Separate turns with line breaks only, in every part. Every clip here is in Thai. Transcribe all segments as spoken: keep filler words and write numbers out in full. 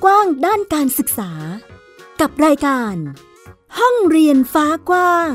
ากว้างด้านการศึกษากับรายการห้องเรียนฟ้ากว้าง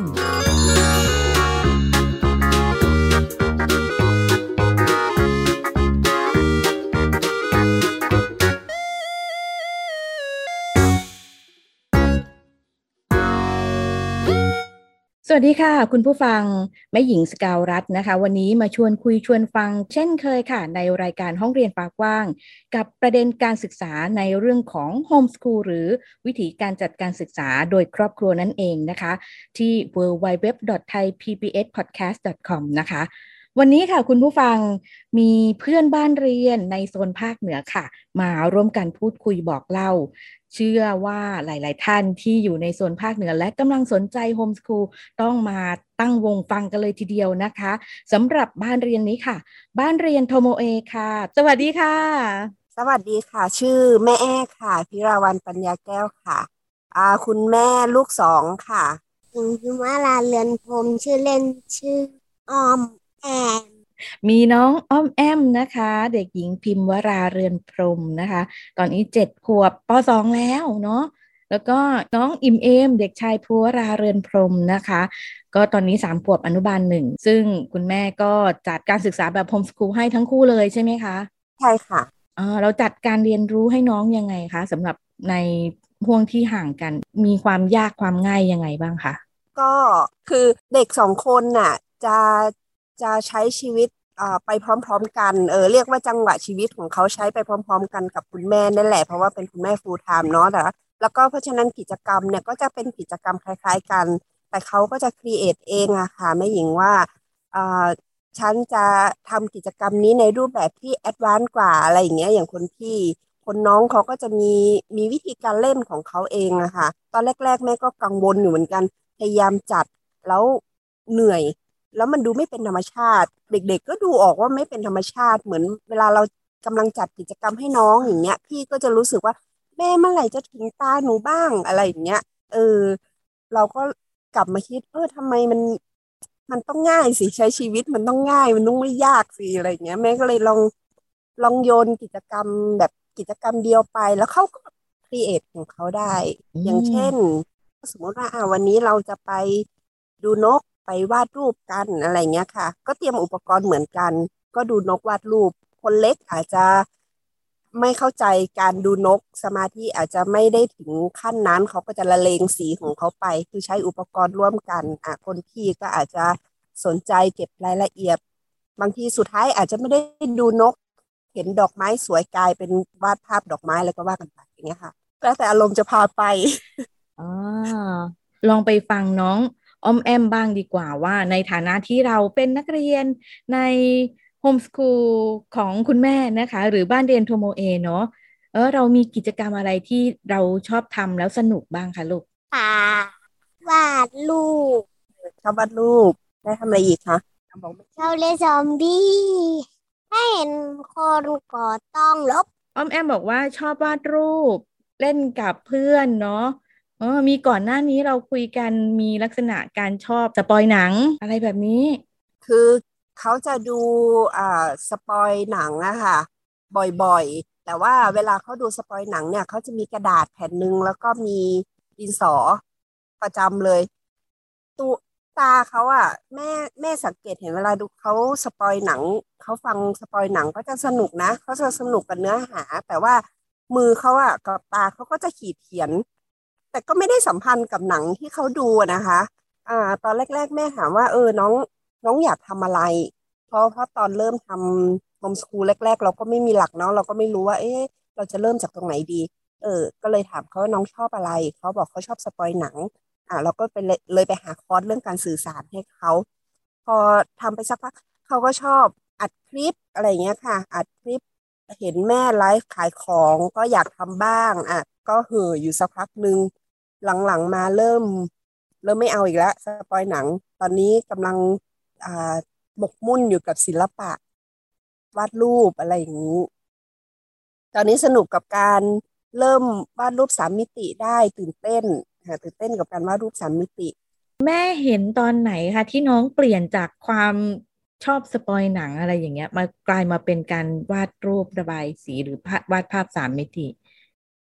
สวัสดีค่ะคุณผู้ฟังแม่หญิงสกาวรัตน์นะคะวันนี้มาชวนคุยชวนฟังเช่นเคยค่ะในรายการห้องเรียนฟ้ากว้างกับประเด็นการศึกษาในเรื่องของโฮมสคูลหรือวิธีการจัดการศึกษาโดยครอบครัวนั่นเองนะคะที่ ดับเบิลยู ดับเบิลยู ดับเบิลยู ดอท ไทย พี บี เอส พอดแคสต์ ดอท คอม นะคะวันนี้ค่ะคุณผู้ฟังมีเพื่อนบ้านเรียนในโซนภาคเหนือค่ะมาร่วมกันพูดคุยบอกเล่าเชื่อว่าหลายๆท่านที่อยู่ในโซนภาคเหนือและกำลังสนใจโฮมสคูลต้องมาตั้งวงฟังกันเลยทีเดียวนะคะสำหรับบ้านเรียนนี้ค่ะบ้านเรียนโทโมเอค่ะสวัสดีค่ะ
สวัสดีค่ะชื่อแม่แอ้ค่ะพิราวันปัญญาแก้วค่ะอ่าคุณแม่ลูกสองค่ะ
พิมพิมวราเรือนพรหมชื่อเล่นชื่อออมแอม
มีน้องอ้อมแอมนะคะเด็กหญิงพิมวราเรือนพรหมนะคะตอนนี้เจ็ดขวบป.สอง แล้วเนาะแล้วก็น้องอิมเอมเด็กชายภูวราเรือนพรหมนะคะก็ตอนนี้สามขวบอนุบาลหนึ่งซึ่งคุณแม่ก็จัดการศึกษาแบบโฮมสคูลให้ทั้งคู่เลยใช่ไหมคะ
ใช่ค่ะ
อ่าเราจัดการเรียนรู้ให้น้องยังไงคะสำหรับในห่วงที่ห่างกันมีความยากความง่ายยังไงบ้างคะ
ก็คือเด็กสองคนน่ะจะจะใช้ชีวิตอ่าไปพร้อมๆกันเออเรียกว่าจังหวะชีวิตของเขาใช้ไปพร้อมๆกันกับคุณแม่นั่นแหละเพราะว่าเป็นคุณแม่ full time เนาะแต่แล้วก็เพราะฉะนั้นกิจกรรมเนี่ยก็จะเป็นกิจกรรมคล้ายๆกันแต่เขาก็จะครีเอทเองอะค่ะแม่หญิงว่าอ่าฉันจะทำกิจกรรมนี้ในรูปแบบที่แอดวานซ์กว่าอะไรอย่างเงี้ยอย่างคนพี่คนน้องเขาก็จะมีมีวิธีการเล่นของเขาเองอะค่ะตอนแรกๆแม่ก็กังวลอยู่เหมือนกันพยายามจัดแล้วเหนื่อยแล้วมันดูไม่เป็นธรรมชาติเด็กๆก็ดูออกว่าไม่เป็นธรรมชาติเหมือนเวลาเรากำลังจัดกิจกรรมให้น้องอย่างเงี้ยพี่ก็จะรู้สึกว่าแม่เมื่อไหร่จะถึงตาหนูบ้างอะไรอย่างเงี้ยเออเราก็กลับมาคิดเออทำไมมันมันต้องง่ายสิใช้ชีวิตมันต้องง่ายมันต้องไม่ยากสิอะไรอย่างเงี้ยแม่ก็เลยลองลองโยนกิจกรรมแบบกิจกรรมเดียวไปแล้วเขาก็ครีเอทของเขาได้อย่างเช่นสมมติว่าอ่าวันนี้เราจะไปดูนกไปวาดรูปกันอะไรเงี้ยค่ะก็เตรียมอุปกรณ์เหมือนกันก็ดูนกวาดรูปคนเล็กอาจจะไม่เข้าใจการดูนกสมาธิอาจจะไม่ได้ถึงขั้นนั้นเขาก็จะละเลงสีของเขาไปคือใช้อุปกรณ์ร่วมกันอ่ะคนพี่ก็อาจจะสนใจเก็บรายละเอียดบางทีสุดท้ายอาจจะไม่ได้ดูนกเห็นดอกไม้สวยกลายเป็นวาดภาพดอกไม้แล้วก็ว่ากันไปอย่างเงี้ยค่ะแล้วแต่อารมณ์จะพาไป
อ๋อลองไปฟังน้องอ้อมแอมบ้างดีกว่าว่าในฐานะที่เราเป็นนักเรียนในโฮมสคูลของคุณแม่นะคะหรือบ้านเรียนโทโมเอเนาะเออเรามีกิจกรรมอะไรที่เราชอบทำแล้วสนุกบ้างคะลูก
ป่าวาดรูป
ชอบวาดรูปได้ทำอะไรอีกคะบอกไม่
เราเล่นซอมบี้ให้เห็นคนก็ต้องลบ
อ้อมแอมบอกว่าชอบวาดรูปเล่นกับเพื่อนเนาะเออมีก่อนหน้านี้เราคุยกันมีลักษณะการชอบสปอยหนังอะไรแบบนี้
คือเขาจะดูอ่าสปอยหนังอะค่ะบ่อยๆแต่ว่าเวลาเขาดูสปอยหนังเนี่ยเขาจะมีกระดาษแผ่นหนึ่งแล้วก็มีดินสอประจำเลยตัวตาเขาอะแม่แม่สังเกตเห็นเวลาดูเขาสปอยหนังเขาฟังสปอยหนังก็จะสนุกนะเขาจะสนุกกับเนื้อหาแต่ว่ามือเขาอะกับตาเขาก็จะขีดเขียนแต่ก็ไม่ได้สัมพันธ์กับหนังที่เขาดูนะคะอ่าตอนแรกๆแม่ถามว่าเออน้อง น้องอยากทำอะไรเพราะเพราะตอนเริ่มทำโฮมสคูลแรกๆเราก็ไม่มีหลักเนาะเราก็ไม่รู้ว่าเอ๊ะเราจะเริ่มจากตรงไหนดีเออก็เลยถามเขาว่าน้องชอบอะไรเขาบอกเขาชอบสปอยหนังอ่าเราก็ไปเลยเลยไปหาคอร์สเรื่องการสื่อสารให้เขาพอทำไปสักพักเขาก็ชอบอัดคลิปอะไรอย่างเงี้ยค่ะอัดคลิปเห็นแม่ไลฟ์ขายของก็อยากทำบ้างอ่ะก็เห่ออยู่สักพักหนึ่งหลังๆมาเริ่มเริ่มไม่เอาอีกแล้วสปอยหนังตอนนี้กำลัง อ่าหมกมุ่นอยู่กับศิลปะวาดรูปอะไรอย่างนี้ตอนนี้สนุกกับการเริ่มวาดรูปสามมิติได้ตื่นเต้นค่ะตื่นเต้นกับการวาดรูปสามมิติ
แม่เห็นตอนไหนคะที่น้องเปลี่ยนจากความชอบสปอยหนังอะไรอย่างเงี้ยมากลายมาเป็นการวาดรูประบายสีหรือวาดภาพสามมิติ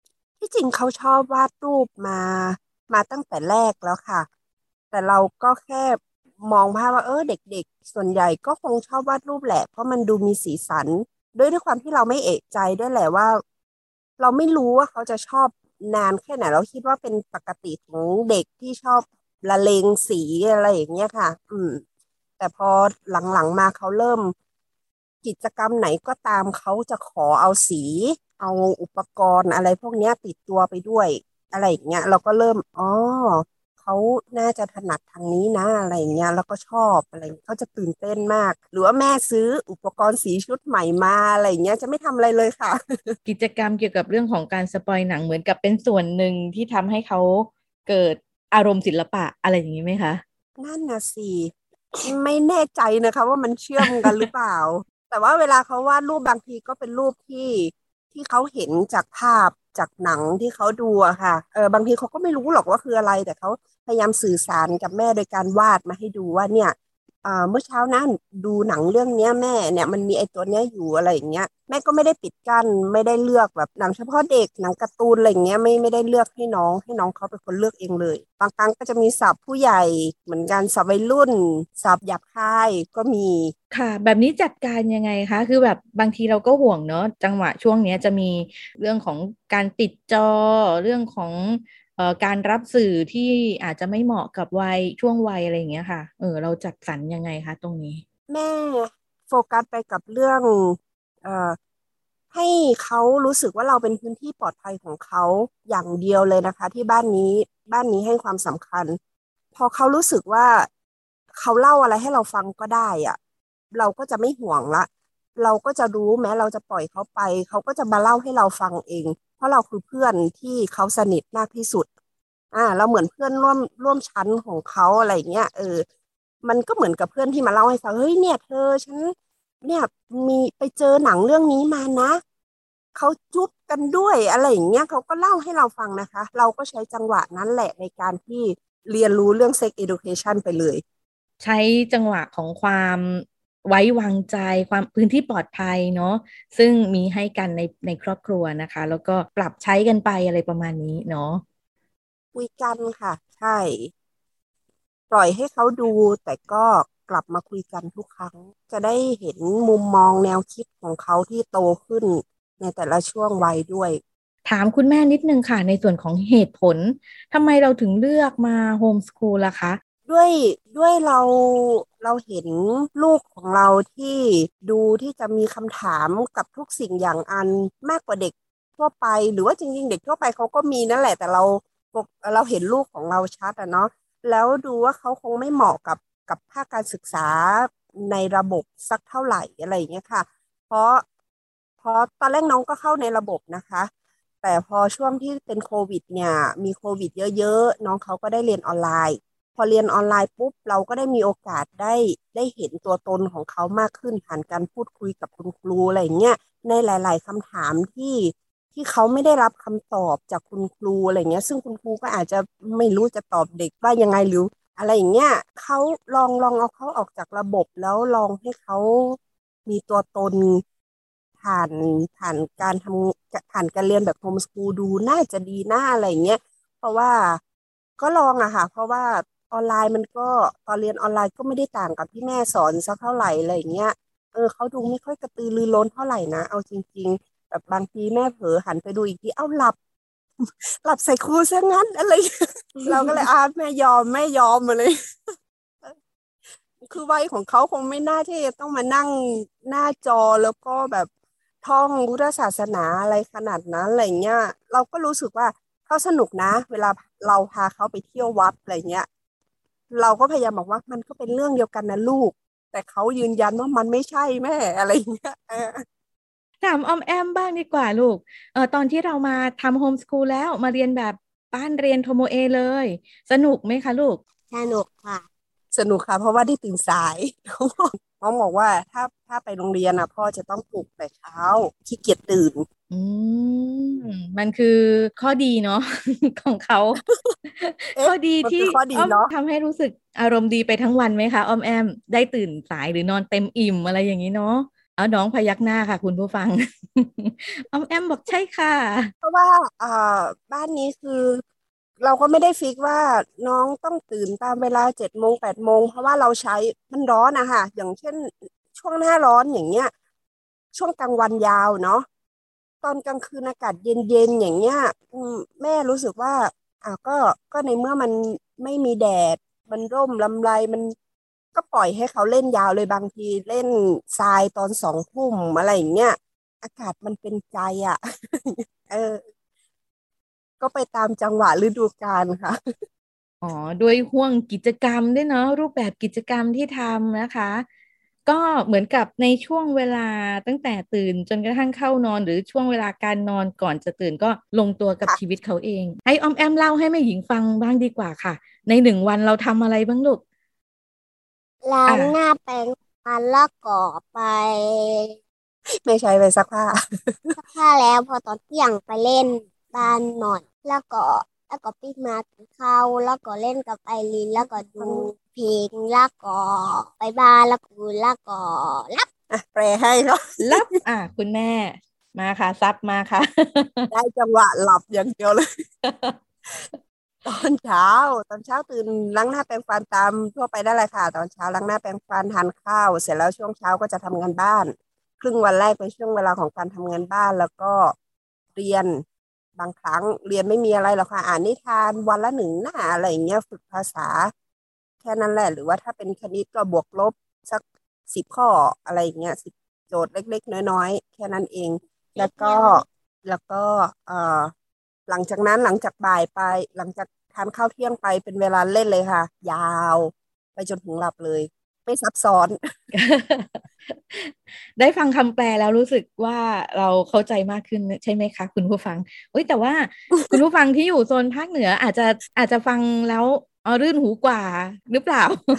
ที่จริงเขาชอบวาดรูปมามาตั้งแต่แรกแล้วค่ะแต่เราก็แค่มองภาพว่าเออเด็กๆส่วนใหญ่ก็คงชอบวาดรูปแหละเพราะมันดูมีสีสันด้วยด้วยความที่เราไม่เอะใจด้วยแหละว่าเราไม่รู้ว่าเขาจะชอบนานแค่ไหนเราคิดว่าเป็นปกติของเด็กที่ชอบละเลงสีอะไรอย่างเงี้ยค่ะอืมแต่พอหลังๆมาเขาเริ่มกิจกรรมไหนก็ตามเขาจะขอเอาสีเอาอุปกรณ์อะไรพวกเนี้ยติดตัวไปด้วยอะไรอย่างเงี้ยเราก็เริ่มอ๋อเขาน่าจะถนัดทางนี้นะอะไรอย่างเงี้ยแล้วก็ชอบอะไรอย่างเงี้ยเขาจะตื่นเต้นมากหรือว่าแม่ซื้ออุปกรณ์สีชุดใหม่มาอะไรอย่างเงี้ยจะไม่ทำอะไรเลยค่ะ
กิจกรรมเกี่ยวกับเรื่องของการสปอยหนังเหมือนกับเป็นส่วนหนึ่งที่ทำให้เขาเกิดอารมณ์ศิลปะอะไรอย่างนี้ไหมคะ
นั่นน่ะสิไม่แน่ใจนะคะว่ามันเชื่อมกันหรือเปล่าแต่ว่าเวลาเขาวาดรูปบางทีก็เป็นรูปที่ที่เขาเห็นจากภาพจากหนังที่เขาดูอะค่ะเออบางทีเขาก็ไม่รู้หรอกว่าคืออะไรแต่เขาพยายามสื่อสารกับแม่โดยการวาดมาให้ดูว่าเนี่ยอ่าเมื่อเช้านะดูหนังเรื่องเนี้ยแม่เนี่ยมันมีไอ้ตัวเนี้ยอยู่อะไรอย่างเงี้ยแม่ก็ไม่ได้ปิดกั้นไม่ได้เลือกแบบหนังเฉพาะเด็กหนังการ์ตูนอะไรอย่างเงี้ยไม่ไม่ได้เลือกให้น้องให้น้องเขาเป็นคนเลือกเองเลยบางครั้งก็จะมีศัพท์ผู้ใหญ่เหมือนกันศัพท์วัยรุ่นศัพท์หยาบคายก็มี
ค่ะแบบนี้จัดการยังไงคะคือแบบบางทีเราก็ห่วงเนาะจังหวะช่วงเนี้ยจะมีเรื่องของการติดจอเรื่องของเอ่อการรับสื่อที่อาจจะไม่เหมาะกับวัยช่วงวัยอะไรอย่างเงี้ยค่ะเออเราจัดสรรยังไงคะตรงนี้
แม่โฟกัสไปกับเรื่องเอ่อให้เขารู้สึกว่าเราเป็นพื้นที่ปลอดภัยของเขาอย่างเดียวเลยนะคะที่บ้านนี้บ้านนี้ให้ความสำคัญพอเขารู้สึกว่าเขาเล่าอะไรให้เราฟังก็ได้อะเราก็จะไม่ห่วงละเราก็จะรู้แม้เราจะปล่อยเขาไปเขาก็จะมาเล่าให้เราฟังเองเพราะเราคือเพื่อนที่เขาสนิทมากที่สุดอ่าเราเหมือนเพื่อนร่วมร่วมชั้นของเขาอะไรเงี้ยเออ มันก็เหมือนกับเพื่อนที่มาเล่าให้ฟังเฮ้ยเนี่ยเธอฉันเนี่ยมีไปเจอหนังเรื่องนี้มานะเขาจุ๊บกันด้วยอะไรอย่างเงี้ยเขาก็เล่าให้เราฟังนะคะเราก็ใช้จังหวะนั้นแหละในการที่เรียนรู้เรื่อง Sex Education ไปเลย
ใช้จังหวะของความไว้วางใจความพื้นที่ปลอดภัยเนาะซึ่งมีให้กันในในครอบครัวนะคะแล้วก็ปรับใช้กันไปอะไรประมาณนี้เนาะ
คุยกันค่ะใช่ปล่อยให้เขาดูแต่ก็กลับมาคุยกันทุกครั้งจะได้เห็นมุมมองแนวคิดของเขาที่โตขึ้นในแต่ละช่วงวัยด้วย
ถามคุณแม่นิดนึงค่ะในส่วนของเหตุผลทำไมเราถึงเลือกมาโฮมสคูลล่ะคะ
ด้วยด้วยเราเราเห็นลูกของเราที่ดูที่จะมีคำถามกับทุกสิ่งอย่างอันมากกว่าเด็กทั่วไปหรือว่าจริงๆเด็กทั่วไปเขาก็มีนั่นแหละแต่เราเราเห็นลูกของเราชัดอะเนาะแล้วดูว่าเขาคงไม่เหมาะกับกับภาคการศึกษาในระบบสักเท่าไหร่อะไรอย่างเงี้ยค่ะเพราะเพราะตอนแรกน้องก็เข้าในระบบนะคะแต่พอช่วงที่เป็นโควิดเนี่ยมีโควิดเยอะๆน้องเขาก็ได้เรียนออนไลน์ พอเรียนออนไลน์ปุ๊บเราก็ได้มีโอกาสได้ได้เห็นตัวตนของเขามากขึ้นผ่านการพูดคุยกับคุณครูอะไรเงี้ยในหลายๆคำถามที่ที่เขาไม่ได้รับคำตอบจากคุณครูอะไรเงี้ยซึ่งคุณครูก็อาจจะไม่รู้จะตอบเด็กว่ายังไงหรืออะไรอย่างเงี้ยเขาลองลองเอาเขาออกจากระบบแล้วลองให้เขามีตัวตนผ่านผ่านการทำผ่านการเรียนแบบโฮมสคูลดูน่าจะดีน่าอะไรเงี้ยเพราะว่า ก็ลองอะค่ะเพราะว่าออนไลน์มันก็ตอนเรียนออนไลน์ก็ไม่ได้ต่างกับที่แม่สอนสักเท่าไหร่อะไรอย่างเงี้ยเออเขาดูไม่ค่อยกระตือรือร้นเท่าไหร่นะเอาจริงๆแบบบางทีแม่เผลอหันไปดูอีกทีเอ้าหลับหลับใส่ครูซะงั้นอะไรเราก็เลยอาแม่ยอมแม่ยอมมาเลยคือวัยของเขาคงไม่น่าที่จะต้องมานั่งหน้าจอแล้วก็แบบท่องพุทธศาสนาอะไรขนาดนั้นอะไรเงี้ยเราก็รู้สึกว่าเขาสนุกนะเวลาเราพาเขาไปเที่ยววัดอะไรเงี้ย เราก็พยายามบอกว่ามันก็เป็นเรื่องเดียวกันนะลูกแต่เขายืนยันว่ามันไม่ใช่แม่อะไรอย่างเงี้ยเออ
ถามออมแอมบ้างดีกว่าลูกเออตอนที่เรามาทำโฮมสคูลแล้วมาเรียนแบบบ้านเรียนโทโมเอเลยสนุกไหมคะลูก
สนุกค่ะ
สนุกค่ะเพราะว่าได้ตื่นสายน้องบอกว่าถ้าถ้าไปโรงเรียนอ่ะพ่อจะต้องปลุกแต่เช้าขี้เกียจตื่น
อืมมันคือข้อดีเนาะของเขาข้
เอ๊ะ
อดีที่
มันคือข้อดี
อ้อม
เนาะ
ทำให้รู้สึกอารมณ์ดีไปทั้งวันไหมคะอ้อมแอมได้ตื่นสายหรือนอนเต็มอิ่มอะไรอย่างนี้เนาะเอาน้องพยักหน้าค่ะคุณผู้ฟัง ออมแอมบอกใช่ค่ะ
เพราะว่าเอ่อบ้านนี้คือเราก็ไม่ได้ฟิกว่าน้องต้องตื่นตามเวลาเจ็ดโมงแปดโมงเพราะว่าเราใช้มันร้อนอะค่ะอย่างเช่นช่วงหน้าร้อนอย่างเงี้ยช่วงกลางวันยาวเนาะตอนกลางคืนอากาศเย็นๆอย่างเงี้ยอืมแม่รู้สึกว่าอ่าก็ก็ในเมื่อมันไม่มีแดดมันร่มลำไรมันก็ปล่อยให้เขาเล่นยาวเลยบางทีเล่นทรายตอนสองทุ่มอะไรอย่างเงี้ยอากาศมันเป็นใจอ่ะ เออก็ไปตามจังหวะฤดูกาลค่ะ
อ๋อด้วยห่วงกิจกรรมด้วยเนาะรูปแบบกิจกรรมที่ทำนะคะก็เหมือนกับในช่วงเวลาตั้งแต่ตื่นจนกระทั่งเข้านอนหรือช่วงเวลาการนอนก่อนจะตื่นก็ลงตัวกับชี
ค่ะ
วิตเขาเองให้ออมแอมเล่าให้แม่หญิงฟังบ้างดีกว่าค่ะในหนึ่งวันเราทำอะไรบ้างลูก
ล้า
อ่ะ
งหน้าแปรงฟันแล้วก็ไป
ไม่ใช้ไปซักผ้า
ซักผ้าแล้วพอตอนเที่ยงไปเล่นบ้านหน่อยแล้วก็แล้วก็ปิกมากินข้าวแล้วก็เล่นกับไอรินแล้วก็ดูเพลงแล้วก็ไปบ้านแล้วก็ดูแล้วก็รับ
อ่ะแปลให้เขา
รับอ่ะคุณแม่มาค่ะซับมาค่ะ
ได้จังหวะหลับอย่างเดียวเลย ตอนเช้าตอนเช้าตื่นล้างหน้าแปรงฟันตามทั่วไปได้เลยค่ะตอนเช้าล้างหน้าแปรงฟันทานข้าวเสร็จแล้วช่วงเช้าก็จะทำงานบ้านครึ่งวันแรกเป็นช่วงเวลาของการทำงานบ้านแล้วก็เรียนบางครั้งเรียนไม่มีอะไรหรอกค่ะอ่านนิทานวันละหนึ่งหน้าอะไรอย่างเงี้ยฝึกภาษาแค่นั้นแหละหรือว่าถ้าเป็นคณิตก็บวกลบสักสิบข้ออะไรอย่างเงี้ยสิบโจทย์เล็กๆน้อยๆแค่นั้นเองแล้วก็แล้วก็เอ่อ หลังจากนั้นหลังจากบ่ายไปหลังจากทานข้าวเที่ยงไปเป็นเวลาเล่นเลยค่ะยาวไปจนถึงหลับเลยไม่ซับซ้อน
ได้ฟังคำแปลแล้วรู้สึกว่าเราเข้าใจมากขึ้นใช่ไหมคะคุณผู้ฟังเอ้ยแต่ว่าคุณผู้ฟังที่อยู่โซนภาคเหนืออาจจะอาจจะฟังแล้วเออรื่นหูกว่าหรือเปล่า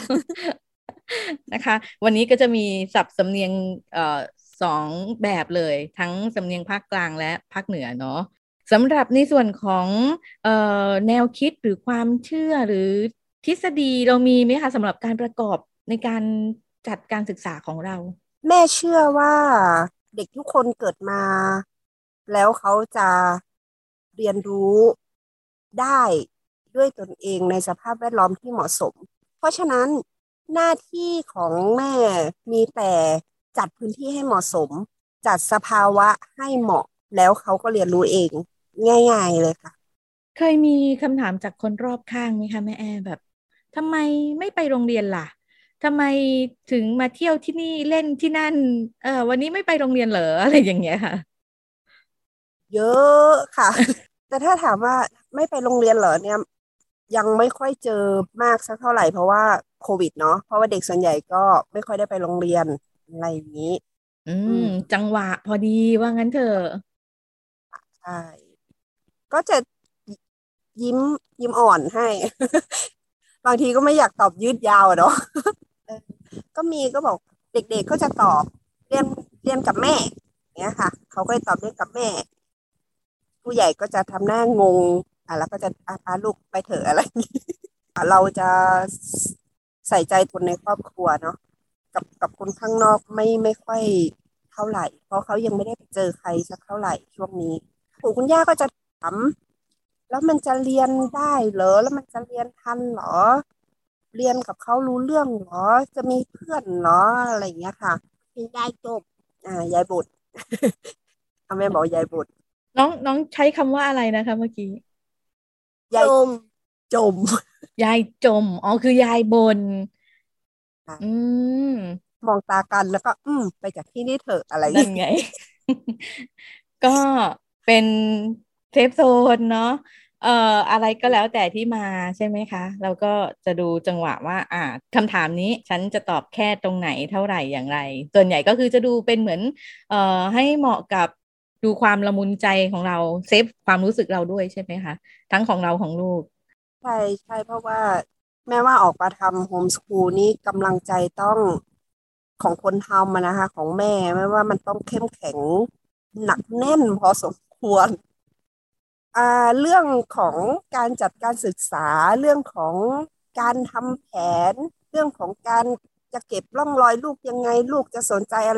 นะคะวันนี้ก็จะมีศัพท์สำเนียงเอ่อสองแบบเลยทั้งสำเนียงภาคกลางและภาคเหนือเนาะสำหรับในส่วนของเอ่อแนวคิดหรือความเชื่อหรือทฤษฎีเรามีไหมคะสำหรับการประกอบในการจัดการศึกษาของเรา
แม่เชื่อว่าเด็กทุกคนเกิดมาแล้วเขาจะเรียนรู้ได้ด้วยตนเองในสภาพแวดล้อมที่เหมาะสมเพราะฉะนั้นหน้าที่ของแม่มีแต่จัดพื้นที่ให้เหมาะสมจัดสภาวะให้เหมาะแล้วเขาก็เรียนรู้เองง่ายๆเลยค่ะ
เคยมีคำถามจากคนรอบข้างไหมคะแม่แอร์แบบทำไมไม่ไปโรงเรียนล่ะทำไมถึงมาเที่ยวที่นี่เล่นที่นั่นเออวันนี้ไม่ไปโรงเรียนเหรออะไรอย่างเงี้ยค่ะ
เยอะค่ะ แต่ถ้าถามว่าไม่ไปโรงเรียนเหรอเนี่ยยังไม่ค่อยเจอมากสักเท่าไหร่เพราะว่าโควิดเนาะเพราะว่าเด็กส่วนใหญ่ก็ไม่ค่อยได้ไปโรงเรียนอะไรอย่างนี้
อืม
อืม
จังหวะพอดีว่างั้นเถอะ
ใช่ก็จะยิ้มยิ้มอ่อนให้บางทีก็ไม่อยากตอบยืดยาวอะเนาะเออก็มีก็บอกเด็กๆก็จะตอบเรียนเรียนกับแม่เนี้ยค่ะเขาก็จะตอบเรียนกับแม่ผู้ใหญ่ก็จะทำหน้างงอ่ะแล้วก็จะอ่ะพาลูกไปเถอะอะไรอย่างนี้ เราจะใส่ใจคนในครอบครัวเนาะกับกับคนข้างนอกไม่ไม่ค่อยเท่าไหร่เพราะเขายังไม่ได้ไปเจอใครสักเท่าไหร่ช่วงนี้ปู่คุณย่าก็จะถามแล้วมันจะเรียนได้เหรอแล้วมันจะเรียนทันเหรอเรียนกับเขารู้เรื่องเหรอจะมีเพื่อนเหรออะไรอย่างเงี้ยค่ะ
ถึงได้จบ
อ่ายายบุตรอาแม่บอกยายบุตร
น้องน้องใช้คำว่าอะไรนะคะเมื่อกี้
จ
ยาย
ม
จม
ยายจมอ๋อคือยายบ่นอืม
มองตากันแล้วก็อืมไปจากที่นี่เถอะอะไรอย่าง
นั่นไง
เงี้ย
ก็เป็นเซฟโซนเนาะเอ่ออะไรก็แล้วแต่ที่มาใช่ไหมคะเราก็จะดูจังหวะว่าอ่าคำถามนี้ฉันจะตอบแค่ตรงไหนเท่าไหร่อย่างไรส่วนใหญ่ก็คือจะดูเป็นเหมือนเอ่อให้เหมาะกับดูความละมุนใจของเราเซฟความรู้สึกเราด้วยใช่ไหมคะทั้งของเราของลูก
ใช่ใช่เพราะว่าแม้ว่าออกมาทำโฮมสคูลนี้กำลังใจต้องของคนทำอะนะคะของแม่ไม่ว่ามันต้องเข้มแข็งหนักแน่นพอสมควรอ่าเรื่องของการจัดการศึกษาเรื่องของการทำแผนเรื่องของการจะเก็บร่องรอยลูกยังไงลูกจะสนใจอะไร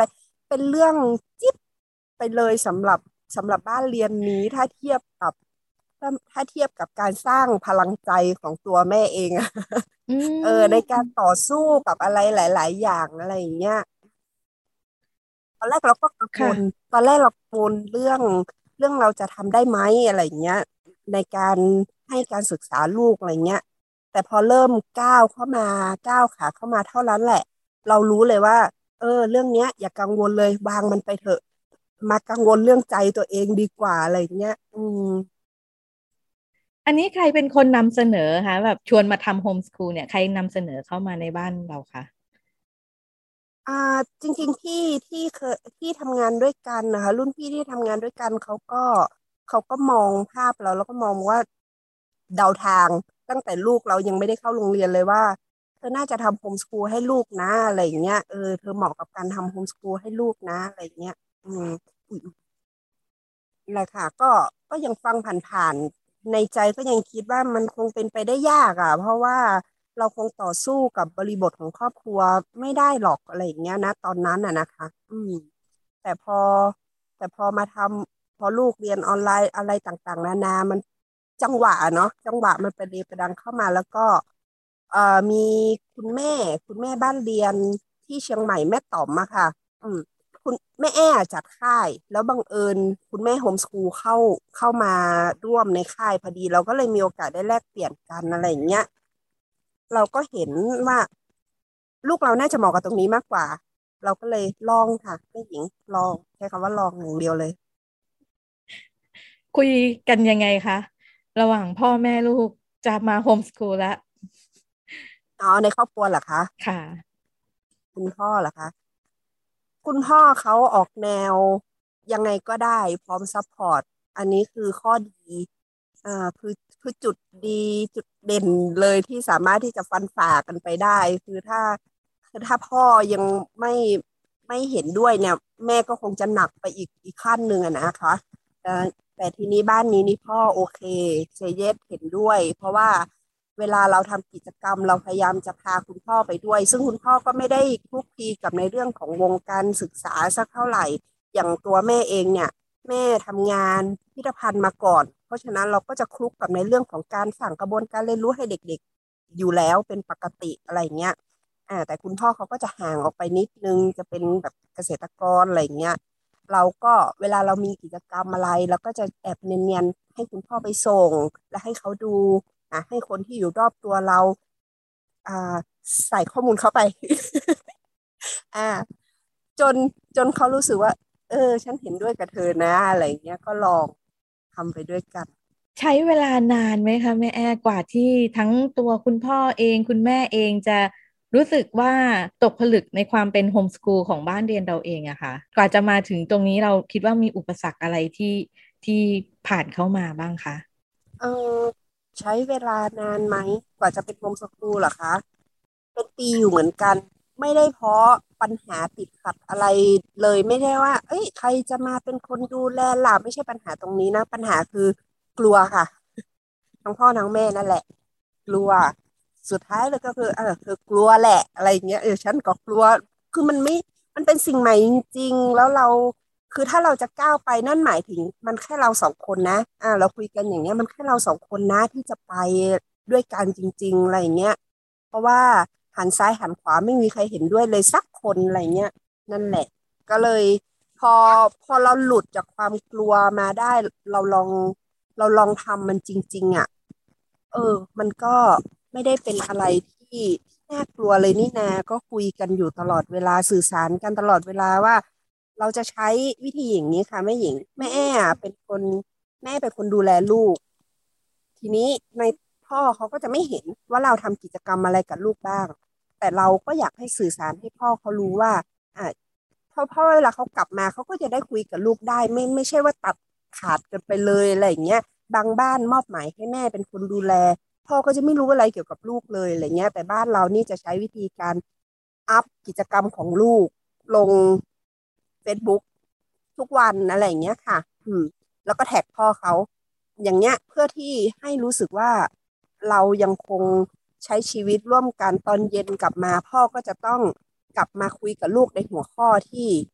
เป็นเรื่องจิ๊บไปเลยสำหรับสำหรับบ้านเรียนนี้ถ้าเทียบกับถ้าถ้าเทียบกับการสร้างพลังใจของตัวแม่เองอะ
อื
เออในการ
ม
ต่อสู้กับอะไรหลายๆอย่างอะไรอย่างเงี้ยตอนแรกเราก็กังว
ค่ะ
ลตอนแรกเรากังวลเรื่องเรื่องเราจะทำได้ไหมอะไรอย่างเงี้ยในการให้การศึกษาลูกอะไรเงี้ยแต่พอเริ่มก้าวเข้ามาก้าวขาเข้ามาเท่านั้นแหละเรารู้เลยว่าเออเรื่องเนี้ยอย่ากังวลเลยวางมันไปเถอะมากังวลเรื่องใจตัวเองดีกว่าอะไรอย่างเงี้ยอืม
อันนี้ใครเป็นคนนำเสนอคะแบบชวนมาทำโฮมส o ูลเนี่ยใครนำเสนอเข้ามาในบ้านเราคะ
อ่าจริงๆที่ที่เคยที่ทำงานด้วยกันนะคะรุ่นพี่ที่ทำงานด้วยกันเขาก็เขาก็มองภาพเราแล้วก็มองว่าเดาทางตั้งแต่ลูกเรายังไม่ได้เข้าโรงเรียนเลยว่าเธอน่าจะทำโฮมสคูลให้ลูกนะอะไรอย่างเงี้ยเออเธอเหมาะกับการทำโฮมสคูลให้ลูกนะอะไรอย่างเงี้ยอืมอุ๊ยนั่นแหละค่ะก็ก็ยังฟังผ่านๆในใจก็ยังคิดว่ามันคงเป็นไปได้ยากอ่ะเพราะว่าเราคงต่อสู้กับบริบทของครอบครัวไม่ได้หรอกอะไรอย่างเงี้ยนะตอนนั้นอ่ะนะคะอืม แต่พอแต่พอมาทำพอลูกเรียนออนไลน์อะไรต่างๆนานามันจังหวะเนาะจังหวะมันประเดประดังเข้ามาแล้วก็เอ่อมีคุณแม่คุณแม่บ้านเรียนที่เชียงใหม่แม่ต๋อมอะค่ะอืมคุณแม่แอ้จัดค่ายแล้วบังเอิญคุณแม่โฮมสคูลเข้าเข้ามาร่วมในค่ายพอดีเราก็เลยมีโอกาสได้แลกเปลี่ยนกันอะไรอย่างเงี้ยเราก็เห็นว่าลูกเราน่าจะเหมาะกับตรงนี้มากกว่า เราก็เลยลองค่ะแม่หญิงลองใช้คำว่าลองอย่างเดียวเลย
คุยกันยังไงคะระหว่างพ่อแม่ลูกจะมาโฮมส o ูลแล้ว
อ๋อในครอบครัวเหรอคะ
ค่ะ
คุณพ่อเหรอคะคุณพ่อเขาออกแนวยังไงก็ได้พร้อมซัพพอร์ตอันนี้คือข้อดีอ่าคือคือจุดดีจุดเด่นเลยที่สามารถที่จะฟันฝ่ากันไปได้คือถ้าคือถ้าพ่อยังไม่ไม่เห็นด้วยเนี่ยแม่ก็คงจะหนักไปอีกอีกขั้นหนึ่งอะนะคะแต่แต่ทีนี้บ้านนี้นี่พ่อโอเคเซเยสเห็นด้วยเพราะว่า เวลาเราทำกิจกรรมเราพยายามจะพาคุณพ่อไปด้วยซึ่งคุณพ่อก็ไม่ได้คลุกคลีกับในเรื่องของวงการศึกษาสักเท่าไหร่อย่างตัวแม่เองเนี่ยแม่ทำงานพิพิธภัณฑ์มาก่อนเพราะฉะนั้นเราก็จะคลุกกับในเรื่องของการสั่งกระบวนการเรียนรู้ให้เด็กๆอยู่แล้วเป็นปกติอะไรเงี้ยอ่าแต่คุณพ่อเขาก็จะห่างออกไปนิดนึงจะเป็นแบบเกษตรกรอะไรเงี้ยเราก็เวลาเรามีกิจกรรมอะไรเราก็จะแอบเนียนๆให้คุณพ่อไปส่งและให้เขาดู อ่ะให้คนที่อยู่รอบตัวเราอ่าใส่ข้อมูลเข้าไปอ่าจนจนเขารู้สึกว่าเออฉันเห็นด้วยกับเธอนะอะไรเงี้ยก็ลองทำไปด้วยกัน
ใช้เวลานานไหมคะแม่แอ้กว่าที่ทั้งตัวคุณพ่อเองคุณแม่เองจะรู้สึกว่าตกผลึกในความเป็นโฮมส o ูลของบ้านเรียนเราเองอะค่ะกว่าจะมาถึงตรงนี้เราคิดว่ามีอุปสรรคอะไรที่ที่ผ่านเข้ามาบ้างคะ
เออใช้เวลานานไหมกว่าจะเป็นโฮมสคูลเหรอคะเป็นปีอยู่เหมือนกันไม่ได้เพราะปัญหาติดขัดอะไรเลยไม่ได้ว่าเอ้ยใครจะมาเป็นคนดูแลล่ะไม่ใช่ปัญหาตรงนี้นะปัญหาคือกลัวค่ะ ทั้งพ่อทั้งแม่นั่นแหละกลัวสุดท้ายเลยก็คือเออเธอกลัวแหละอะไรอย่างเงี้ยเออฉันก็กลัวคือมันไม่มันเป็นสิ่งใหม่จริงๆแล้วเราคือถ้าเราจะก้าวไปนั่นหมายถึงมันแค่เราสองคนนะอ่าเราคุยกันอย่างเงี้ยมันแค่เราสองคนนะที่จะไปด้วยกันจริงๆอะไรอย่างเงี้ยเพราะว่าหันซ้ายหันขวาไม่มีใครเห็นด้วยเลยสักคนอะไรเงี้ยนั่นแหละก็เลยพอพอเราหลุดจากความกลัวมาได้เราลองเราลองทำมันจริงๆอ่ะ เออมันก็ไม่ได้เป็นอะไรที่น่ากลัวเลยนี่นาก็คุยกันอยู่ตลอดเวลาสื่อสารกันตลอดเวลาว่าเราจะใช้วิธีอย่างนี้ค่ะแม่หญิงแม่แอ้อะเป็นคนแม่เป็นคนดูแลลูกทีนี้ในพ่อเขาก็จะไม่เห็นว่าเราทำกิจกรรมอะไรกับลูกบ้างแต่เราก็อยากให้สื่อสารให้พ่อเขารู้ว่าอ่าเพราะเพราะเวลาเขากลับมาเขาก็จะได้คุยกับลูกได้ไม่ไม่ใช่ว่าตัดขาดกันไปเลยอะไรอย่างเงี้ย บางบ้านมอบหมายให้แม่เป็นคนดูแลพ่อก็จะไม่รู้อะไรเกี่ยวกับลูกเลยอะไรเงี้ยแต่บ้านเรานี่จะใช้วิธีการอัพกิจกรรมของลูกลง เฟซบุ๊ก ทุกวันอะไรอย่างเงี้ยค่ะอืมแล้วก็แท็กพ่อเขาอย่างเงี้ยเพื่อที่ให้รู้สึกว่าเรายังคงใช้ชีวิตร่วมกันตอนเย็นกลับมาพ่อก็จะต้องกลับมาคุยกับลูกในหัวข้อที่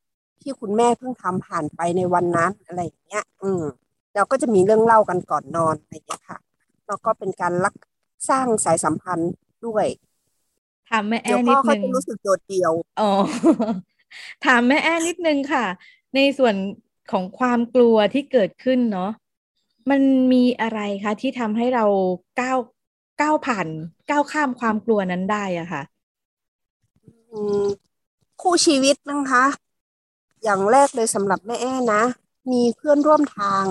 ที่คุณแม่เพิ่งทำผ่านไปในวันนั้นอะไรอย่างเงี้ยอืมเราก็จะมีเรื่องเล่ากันก่อนนอนอะไรอย่างเงี้ยค่ะแล้วก็เป็นการรักสร้างสายสัมพันธ์ด้วย
ถามแม่แอ้
เดี๋ยวพ่อเขา
นิดนึง
จะรู้สึกโดดเดี่ยว
อ๋อถามแม่แอ้นิดนึงค่ะในส่วนของความกลัวที่เกิดขึ้นเนาะมันมีอะไรคะที่ทำให้เราก้าวก้าวผ่านก้าวข้ามความกลัวนั้นได้อะค่ะ
อืมคู่ชีวิตนะคะอย่างแรกเลยสำหรับแม่แอ้นะมีเพื่อนร่วมทาง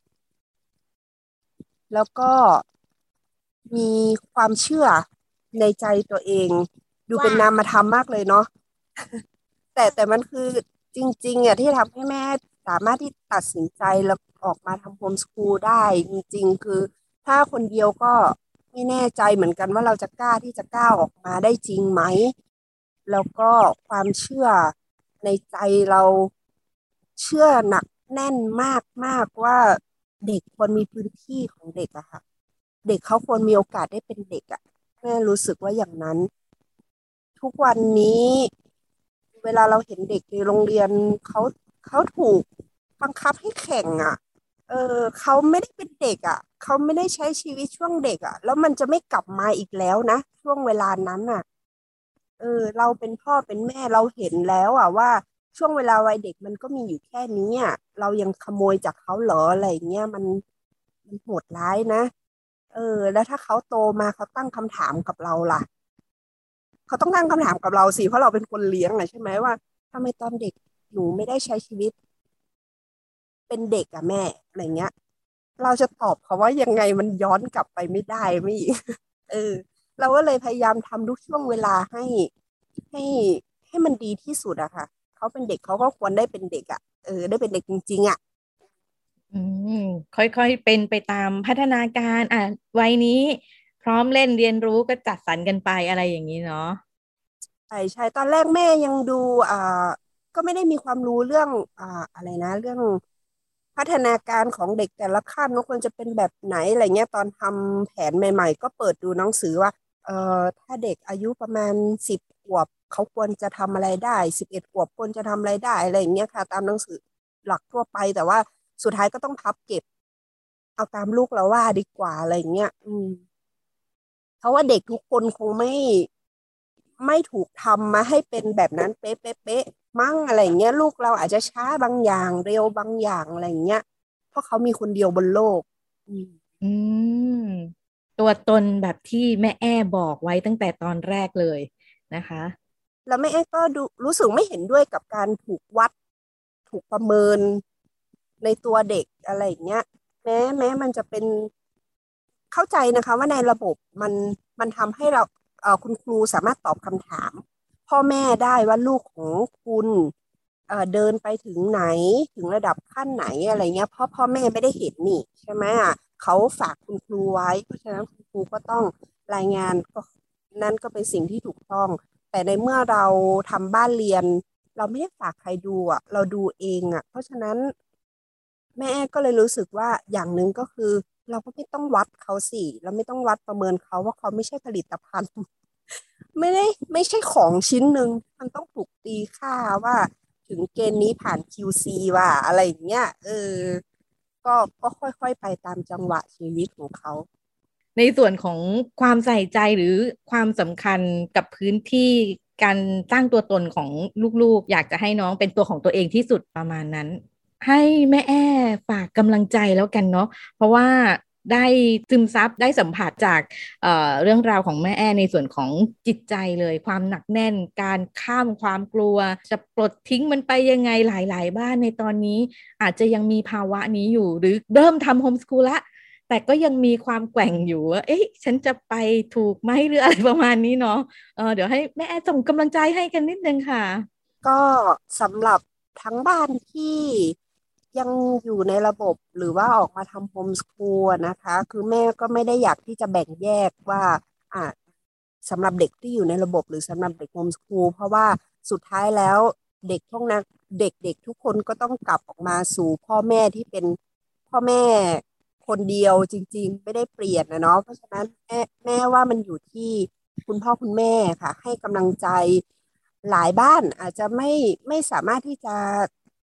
แล้วก็มีความเชื่อในใจตัวเองดูเป็นนามธรรมมากเลยเนาะ แต่แต่มันคือจริงๆอ่ะที่ทำให้แม่สามารถที่ตัดสินใจแล้วออกมาทำโฮมสคูลได้จริงๆคือถ้าคนเดียวก็ไม่แน่ใจเหมือนกันว่าเราจะกล้าที่จะก้าวออกมาได้จริงไหมแล้วก็ความเชื่อในใจเราเชื่อหนักแน่นมากมากว่าเด็กควรมีพื้นที่ของเด็กอะค่ะเด็กเขาควรมีโอกาสได้เป็นเด็กอะแม่รู้สึกว่าอย่างนั้น ทุกวันนี้เวลาเราเห็นเด็กในโรงเรียนเขาเขาถูกบังคับให้แข่งอ่ะเออเขาไม่ได้เป็นเด็กอ่ะเขาไม่ได้ใช้ชีวิตช่วงเด็กอ่ะแล้วมันจะไม่กลับมาอีกแล้วนะช่วงเวลานั้นอ่ะเออเราเป็นพ่อเป็นแม่เราเห็นแล้วอ่ะว่าช่วงเวลาวัยเด็กมันก็มีอยู่แค่นี้อ่ะเรายังขโมยจากเขาเหรออะไรอย่างเงี้ยมันมันโหดร้ายนะเออแล้วถ้าเขาโตมาเขาตั้งคำถามกับเราล่ะ เขาต้องตั้งคำถามกับเราสิเพราะเราเป็นคนเลี้ยงอะใช่ไหมว่าทำไมตอนเด็กหนูไม่ได้ใช้ชีวิตเป็นเด็กอะแม่อะไรเงี้ยเราจะตอบเขาว่ายังไงมันย้อนกลับไปไม่ได้ไม่เออเราก็เลยพยายามทำทุกช่วงเวลาให้ให้ให้มันดีที่สุดอะค่ะเขาเป็นเด็กเขาก็ควรได้เป็นเด็กอะเออได้เป็นเด็กจริงๆอะ
อืมค่อยๆเป็นไปตามพัฒนาการอ่ะวัยนี้พร้อมเล่นเรียนรู้ก็จัดสรรกันไปอะไรอย่างนี้เนาะ
ใช่ใช่ตอนแรกแม่ยังดูอ่าก็ไม่ได้มีความรู้เรื่องอ่าอะไรนะเรื่องพัฒนาการของเด็กแต่ละขั้นว่าควรจะเป็นแบบไหนอะไรเงี้ยตอนทำแผนใหม่ๆก็เปิดดูหนังสือว่าเอ่อถ้าเด็กอายุประมาณสิบขวบเขาควรจะทำอะไรได้สิบเอ็ดขวบควรจะทำอะไรได้อะไรอย่างเงี้ยค่ะตามหนังสือหลักทั่วไปแต่ว่าสุดท้ายก็ต้องพับเก็บเอาตามลูกเราว่าดีกว่าอะไรอย่างเงี้ยอืม เพราะว่าเด็กทุกคนคงไม่ไม่ถูกทำมาให้เป็นแบบนั้นเป๊ะเป๊ะเป๊ะมั่งอะไรอย่างเงี้ยลูกเราอาจจะช้าบางอย่างเร็วบางอย่างอะไรอย่างเงี้ยเพราะเขามีคนเดียวบนโลกอืม
อืมตัวตนแบบที่แม่แอ้บอกไว้ตั้งแต่ตอนแรกเลยนะคะ
แล้วแม่เอ๊ก็ดูรู้สึกไม่เห็นด้วยกับการถูกวัดถูกประเมินในตัวเด็กอะไรอย่างเงี้ยแม้แม้มันจะเป็นเข้าใจนะคะว่าในระบบมันมันทำให้เราเอ่อคุณครูสามารถตอบคำถามพ่อแม่ได้ว่าลูกของคุณเอ่อเดินไปถึงไหนถึงระดับขั้นไหนอะไรเงี้ยเพราะพ่อแม่ไม่ได้เห็นนี่ใช่ไหมอ่ะเขาฝากคุณครูไว้เพราะฉะนั้นคุณครูก็ต้องรายงานก็นั่นก็เป็นสิ่งที่ถูกต้องแต่ในเมื่อเราทำบ้านเรียนเราไม่ได้ฝากใครดูอ่ะเราดูเองอ่ะเพราะฉะนั้น แม่ก็เลยรู้สึกว่าอย่างหนึ่งก็คือเราก็ไม่ต้องวัดเขาสิเราไม่ต้องวัดประเมินเขาว่าเขาไม่ใช่ผลิตภัณฑ์ไม่ได้ไม่ใช่ของชิ้นหนึ่งมันต้องถูกตีค่าว่าถึงเกณฑ์นี้ผ่าน คิว ซี ว่าอะไรอย่างเงี้ยเออก็ก็ค่อยๆไปตามจังหวะชีวิตของเขา
ในส่วนของความใส่ใจหรือความสำคัญกับพื้นที่การสร้างตัวตนของลูกๆอยากจะให้น้องเป็นตัวของตัวเองที่สุดประมาณนั้น ให้แม่แอ้ฝากกำลังใจแล้วกันเนาะเพราะว่าได้ซึมซับได้สัมผัสจากเอ่อเรื่องราวของแม่แอ้ในส่วนของจิตใจเลยความหนักแน่นการข้ามความกลัวจะปลดทิ้งมันไปยังไงหลายๆบ้านในตอนนี้อาจจะยังมีภาวะนี้อยู่หรือเริ่มทำโฮมสคูลละแต่ก็ยังมีความแกว่งอยู่ว่าเอ๊ะฉันจะไปถูกไหมหรืออะไรประมาณนี้เนาะเออเดี๋ยวให้แม่แอ้ส่งกำลังใจให้กันนิดนึงค่ะ
ก็สำหรับทั้งบ้านที่ยังอยู่ในระบบหรือว่าออกมาทำโฮมสคูลนะคะคือแม่ก็ไม่ได้อยากที่จะแบ่งแยกว่าอ่ะสำหรับเด็กที่อยู่ในระบบหรือสำหรับเด็กโฮมสคูลเพราะว่าสุดท้ายแล้วเด็กพวกนั้นเด็กๆทุกคนก็ต้องกลับออกมาสู่พ่อแม่ที่เป็นพ่อแม่คนเดียวจริงๆไม่ได้เปลี่ยนนะเนาะเพราะฉะนั้นแม่แม่ว่ามันอยู่ที่คุณพ่อคุณแม่ค่ะให้กำลังใจ หลายบ้านอาจจะไม่ไม่สามารถที่จะ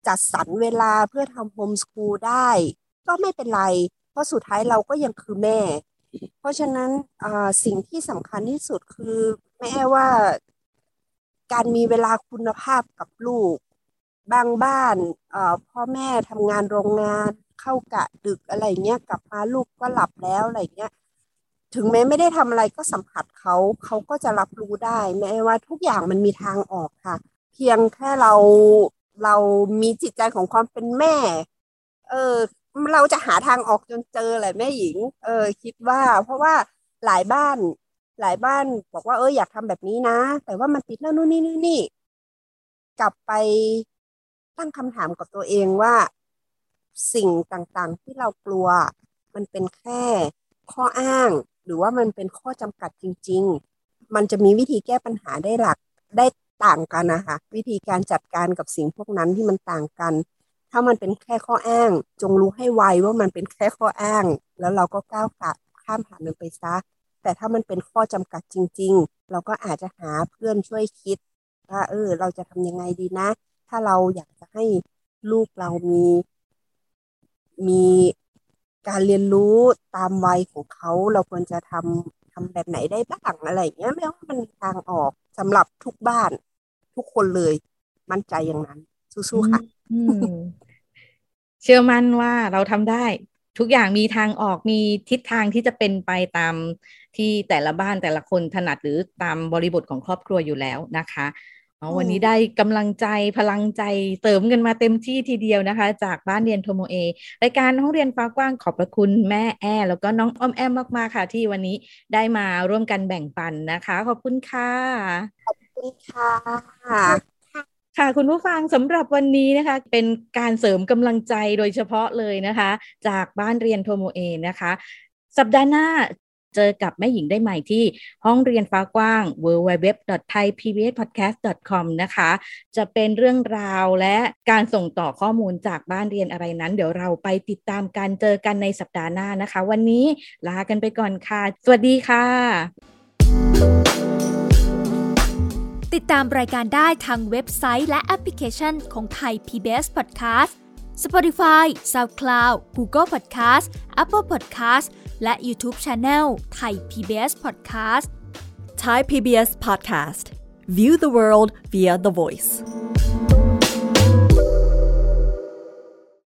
จัดสรรเวลาเพื่อทำโฮมสคูลได้ก็ไม่เป็นไรเพราะสุดท้ายเราก็ยังคือแม่เพราะฉะนั้นสิ่งที่สำคัญที่สุดคือแม่ว่าการมีเวลาคุณภาพกับลูกบางบ้านพ่อแม่ทำงานโรงงานเข้ากะดึกอะไรเงี้ยกลับมาลูกก็หลับแล้วอะไรเงี้ยถึงแม้ไม่ได้ทำอะไรก็สัมผัสเขาเขาก็จะรับรู้ได้แม้ว่าทุกอย่างมันมีทางออกค่ะเพียงแค่เราเรามีจิตใจของความเป็นแม่เออเราจะหาทางออกจนเจอแหละแม่หญิงเออคิดว่าเพราะว่าหลายบ้านหลายบ้านบอกว่าเอออยากทำแบบนี้นะแต่ว่ามันติดนั่นนู่นนี่นี่นี่กลับไปตั้งคำถามกับตัวเองว่าสิ่งต่างๆที่เรากลัวมันเป็นแค่ข้ออ้างหรือว่ามันเป็นข้อจำกัดจริงๆมันจะมีวิธีแก้ปัญหาได้หลักได้ต่างกันนะคะวิธีการจัดการกับสิ่งพวกนั้นที่มันต่างกันถ้ามันเป็นแค่ข้ออ้างจงรู้ให้ไวว่ามันเป็นแค่ข้ออ้างแล้วเราก็ก้าวข้ามผ่านมันไปซะแต่ถ้ามันเป็นข้อจำกัดจริงๆเราก็อาจจะหาเพื่อนช่วยคิดว่าเออเราจะทำยังไงดีนะถ้าเราอยากจะให้ลูกเรามีมีการเรียนรู้ตามวัยของเขาเราควรจะทำทำแบบไหนได้บ้างอะไรอย่างเงี้ยไม่ว่ามันมีทางออกสำหรับทุกบ้านทุกคนเลยมั่นใจอย่างนั้นสู้ๆค่ะ
เชื่อมั่นว่าเราทำได้ทุกอย่างมีทางออกมีทิศทางที่จะเป็นไปตามที่แต่ละบ้านแต่ละคนถนัดหรือตามบริบทของครอบครัวอยู่แล้วนะคะวันนี้ได้กำลังใจพลังใจเติมกันมาเต็มที่ทีเดียวนะคะจากบ้านเรียนโทโมเอรายการห้องเรียนฟ้ากว้างขอบพระคุณแม่แอแล้วก็น้องอ้อมแอมมากๆค่ะที่วันนี้ได้มาร่วมกันแบ่งปันนะคะขอบคุณค่ะ
ขอบคุณค่ะ
ค่ะคุณผู้ฟังสำหรับวันนี้นะคะเป็นการเสริมกำลังใจโดยเฉพาะเลยนะคะจากบ้านเรียนโทโมเอนะคะสัปดาห์หน้าเจอกับแม่หญิงได้ใหม่ที่ห้องเรียนฟ้ากว้าง ดับเบิลยู ดับเบิลยู ดับเบิลยู ดอท ไทย พี บี เอส พอดแคสต์ ดอท คอม นะคะจะเป็นเรื่องราวและการส่งต่อข้อมูลจากบ้านเรียนอะไรนั้นเดี๋ยวเราไปติดตามกันเจอกันในสัปดาห์หน้านะคะวันนี้ลากันไปก่อนค่ะสวัสดีค่ะ
ติดตามรายการได้ทางเว็บไซต์และแอปพลิเคชันของ Thai พี บี เอส Podcast Spotify, SoundCloud, Google Podcast, Apple Podcast และ YouTube Channel Thai พี บี เอส Podcast
Thai พี บี เอส Podcast View the world via the voice